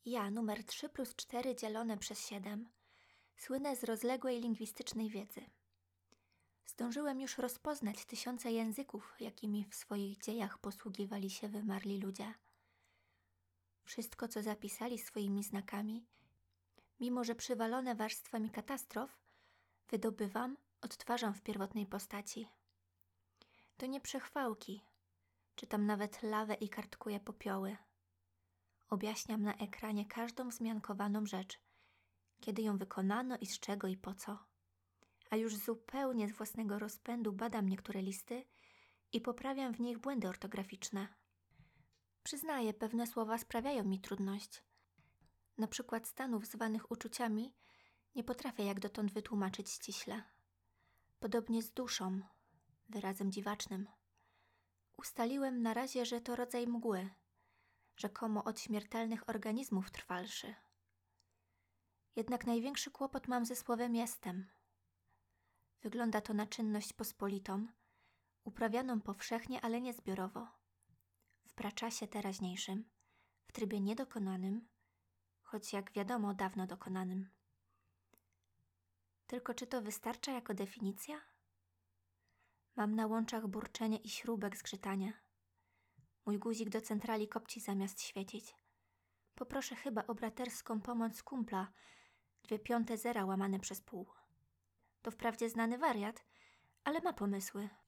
Ja, numer 3 plus 4 dzielone przez 7, słynę z rozległej lingwistycznej wiedzy. Zdążyłem już rozpoznać tysiące języków, jakimi w swoich dziejach posługiwali się wymarli ludzie. Wszystko, co zapisali swoimi znakami, mimo że przywalone warstwami katastrof, wydobywam, odtwarzam w pierwotnej postaci. To nie przechwałki, czytam nawet lawę i kartkuję popioły. Objaśniam na ekranie każdą wzmiankowaną rzecz, kiedy ją wykonano i z czego i po co. A już zupełnie z własnego rozpędu badam niektóre listy i poprawiam w nich błędy ortograficzne. Przyznaję, pewne słowa sprawiają mi trudność. Na przykład stanów zwanych uczuciami nie potrafię jak dotąd wytłumaczyć ściśle. Podobnie z duszą, wyrazem dziwacznym. Ustaliłem na razie, że to rodzaj mgły, rzekomo od śmiertelnych organizmów trwalszy. Jednak największy kłopot mam ze słowem jestem. Wygląda to na czynność pospolitą, uprawianą powszechnie, ale nie zbiorowo. W praczasie teraźniejszym, w trybie niedokonanym, choć jak wiadomo dawno dokonanym. Tylko czy to wystarcza jako definicja? Mam na łączach burczenie i śrubek zgrzytania. Mój guzik do centrali kopci zamiast świecić. Poproszę chyba o braterską pomoc kumpla, 2/5 zera łamane przez pół. To wprawdzie znany wariat, ale ma pomysły,